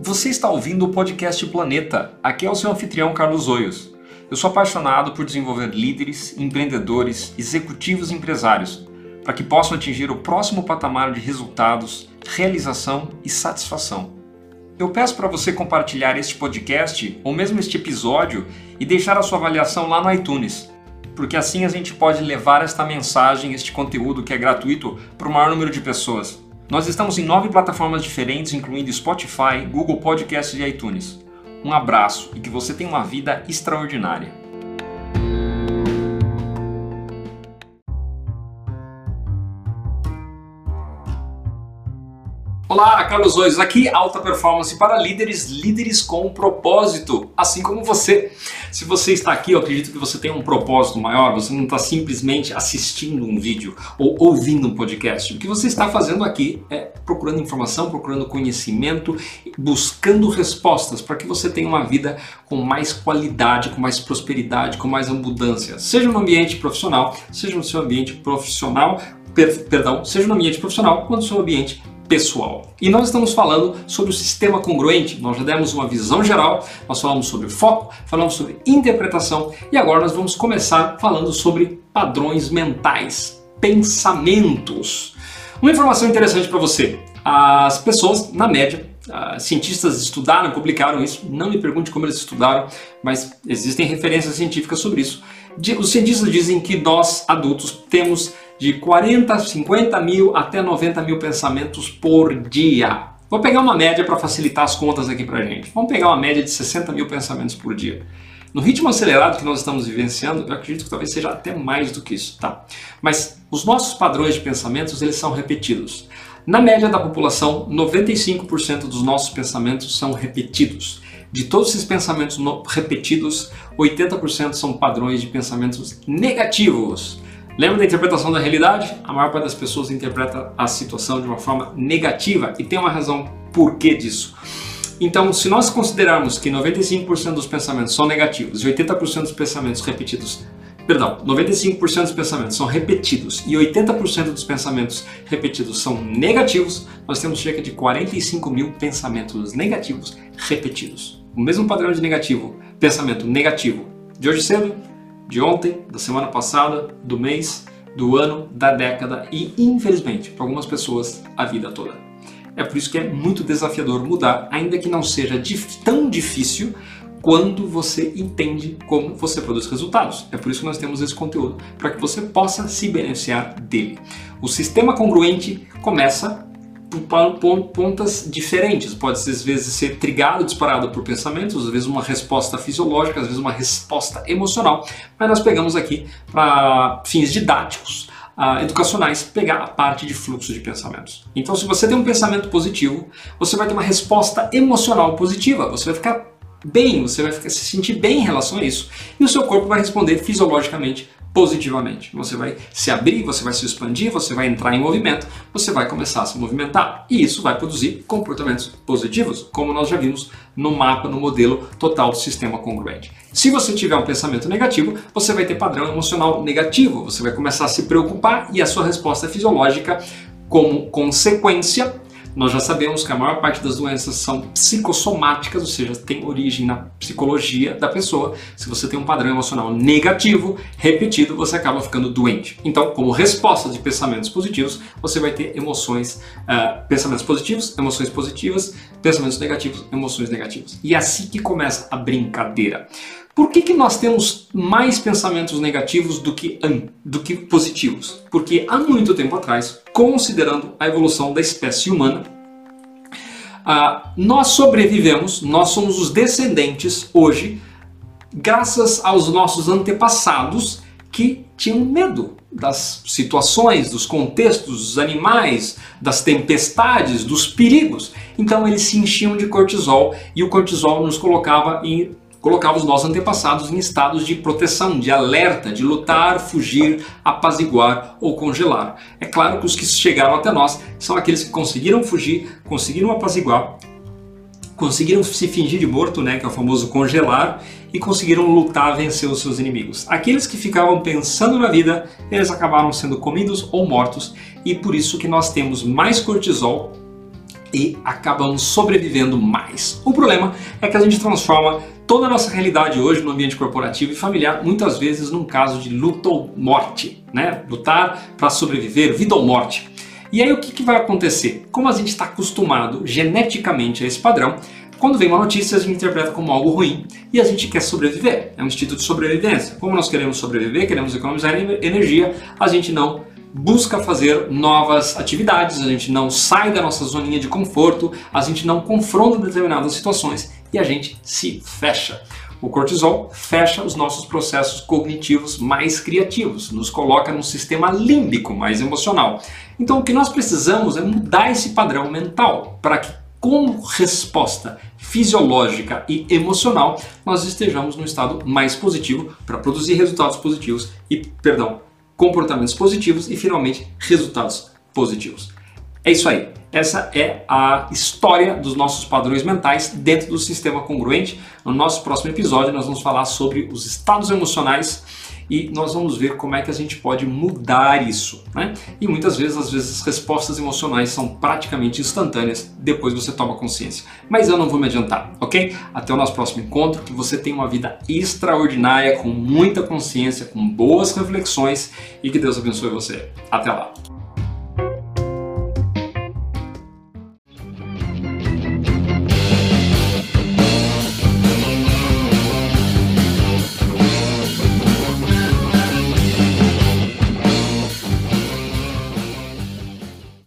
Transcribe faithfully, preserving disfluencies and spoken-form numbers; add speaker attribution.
Speaker 1: Você está ouvindo o podcast Planeta. Aqui é o seu anfitrião Carlos Oios. Eu sou apaixonado por desenvolver líderes, empreendedores, executivos e empresários para que possam atingir o próximo patamar de resultados, realização e satisfação. Eu peço para você compartilhar este podcast ou mesmo este episódio e deixar a sua avaliação lá no iTunes, porque assim a gente pode levar esta mensagem, este conteúdo que é gratuito para o maior número de pessoas. Nós estamos em nove plataformas diferentes, incluindo Spotify, Google Podcasts e iTunes. Um abraço e que você tenha uma vida extraordinária. Olá, Carlos Oios aqui, alta performance para líderes, líderes com propósito, assim como você. Se você está aqui, eu acredito que você tem um propósito maior, você não está simplesmente assistindo um vídeo ou ouvindo um podcast. O que você está fazendo aqui é procurando informação, procurando conhecimento, buscando respostas para que você tenha uma vida com mais qualidade, com mais prosperidade, com mais abundância. Seja no ambiente profissional, seja no seu ambiente profissional, per, perdão, seja no ambiente profissional, quanto no seu ambiente pessoal. E nós estamos falando sobre o sistema congruente. Nós já demos uma visão geral, nós falamos sobre foco, falamos sobre interpretação e agora nós vamos começar falando sobre padrões mentais, pensamentos. Uma informação interessante para você. As pessoas, na média, cientistas estudaram, publicaram isso, não me pergunte como eles estudaram, mas existem referências científicas sobre isso. Os cientistas dizem que nós, adultos, temos de quarenta, cinquenta mil até noventa mil pensamentos por dia. Vou pegar uma média para facilitar as contas aqui pra gente. Vamos pegar uma média de sessenta mil pensamentos por dia. No ritmo acelerado que nós estamos vivenciando, eu acredito que talvez seja até mais do que isso, tá? Mas os nossos padrões de pensamentos, eles são repetidos. Na média da população, noventa e cinco por cento dos nossos pensamentos são repetidos. De todos esses pensamentos repetidos, oitenta por cento são padrões de pensamentos negativos. Lembra da interpretação da realidade? A maior parte das pessoas interpreta a situação de uma forma negativa e tem uma razão por que disso. Então, se nós considerarmos que noventa e cinco por cento dos pensamentos são negativos e oitenta por cento dos pensamentos repetidos, perdão, noventa e cinco por cento dos pensamentos são repetidos e oitenta por cento dos pensamentos repetidos são negativos, nós temos cerca de quarenta e cinco mil pensamentos negativos repetidos. O mesmo padrão de negativo, pensamento negativo de hoje cedo, de ontem, da semana passada, do mês, do ano, da década e, infelizmente, para algumas pessoas, a vida toda. É por isso que é muito desafiador mudar, ainda que não seja tão difícil quando você entende como você produz resultados. É por isso que nós temos esse conteúdo, para que você possa se beneficiar dele. O sistema congruente começa por pontas diferentes, pode às vezes ser trigado, disparado por pensamentos, às vezes uma resposta fisiológica, às vezes uma resposta emocional, mas nós pegamos aqui para fins didáticos, uh, educacionais, pegar a parte de fluxo de pensamentos. Então, se você tem um pensamento positivo, você vai ter uma resposta emocional positiva, você vai ficar bem, você vai ficar, se sentir bem em relação a isso, e o seu corpo vai responder fisiologicamente positivamente. Você vai se abrir, você vai se expandir, você vai entrar em movimento, você vai começar a se movimentar e isso vai produzir comportamentos positivos, como nós já vimos no mapa, no modelo total do sistema congruente. Se você tiver um pensamento negativo, você vai ter padrão emocional negativo, você vai começar a se preocupar e a sua resposta fisiológica, como consequência, nós já sabemos que a maior parte das doenças são psicossomáticas, ou seja, tem origem na psicologia da pessoa. Se você tem um padrão emocional negativo, repetido, você acaba ficando doente. Então, como resposta de pensamentos positivos, você vai ter emoções, uh, pensamentos positivos, emoções positivas, pensamentos negativos, emoções negativas. E é assim que começa a brincadeira. Por que que nós temos mais pensamentos negativos do que, do que positivos? Porque há muito tempo atrás, considerando a evolução da espécie humana, uh, nós sobrevivemos, nós somos os descendentes hoje, graças aos nossos antepassados que tinham medo das situações, dos contextos, dos animais, das tempestades, dos perigos. Então eles se enchiam de cortisol e o cortisol nos colocava em colocava os nossos antepassados em estados de proteção, de alerta, de lutar, fugir, apaziguar ou congelar. É claro que os que chegaram até nós são aqueles que conseguiram fugir, conseguiram apaziguar, conseguiram se fingir de morto, né, que é o famoso congelar, e conseguiram lutar, vencer os seus inimigos. Aqueles que ficavam pensando na vida, eles acabaram sendo comidos ou mortos, e por isso que nós temos mais cortisol e acabamos sobrevivendo mais. O problema é que a gente transforma toda a nossa realidade hoje no ambiente corporativo e familiar muitas vezes num caso de luta ou morte, né? Lutar para sobreviver, vida ou morte. E aí o que, que vai acontecer? Como a gente está acostumado geneticamente a esse padrão, quando vem uma notícia a gente interpreta como algo ruim e a gente quer sobreviver. É um instinto de sobrevivência. Como nós queremos sobreviver, queremos economizar energia, a gente não busca fazer novas atividades, a gente não sai da nossa zoninha de conforto, a gente não confronta determinadas situações e a gente se fecha. O cortisol fecha os nossos processos cognitivos mais criativos, nos coloca num sistema límbico mais emocional. Então o que nós precisamos é mudar esse padrão mental para que, como resposta fisiológica e emocional, nós estejamos num estado mais positivo para produzir resultados positivos e, perdão, comportamentos positivos e finalmente resultados positivos. É isso aí. Essa é a história dos nossos padrões mentais dentro do sistema congruente. No nosso próximo episódio nós vamos falar sobre os estados emocionais e nós vamos ver como é que a gente pode mudar isso, né? E muitas vezes, às vezes, as respostas emocionais são praticamente instantâneas depois você toma consciência. Mas eu não vou me adiantar, ok? Até o nosso próximo encontro, que você tenha uma vida extraordinária, com muita consciência, com boas reflexões e que Deus abençoe você. Até lá!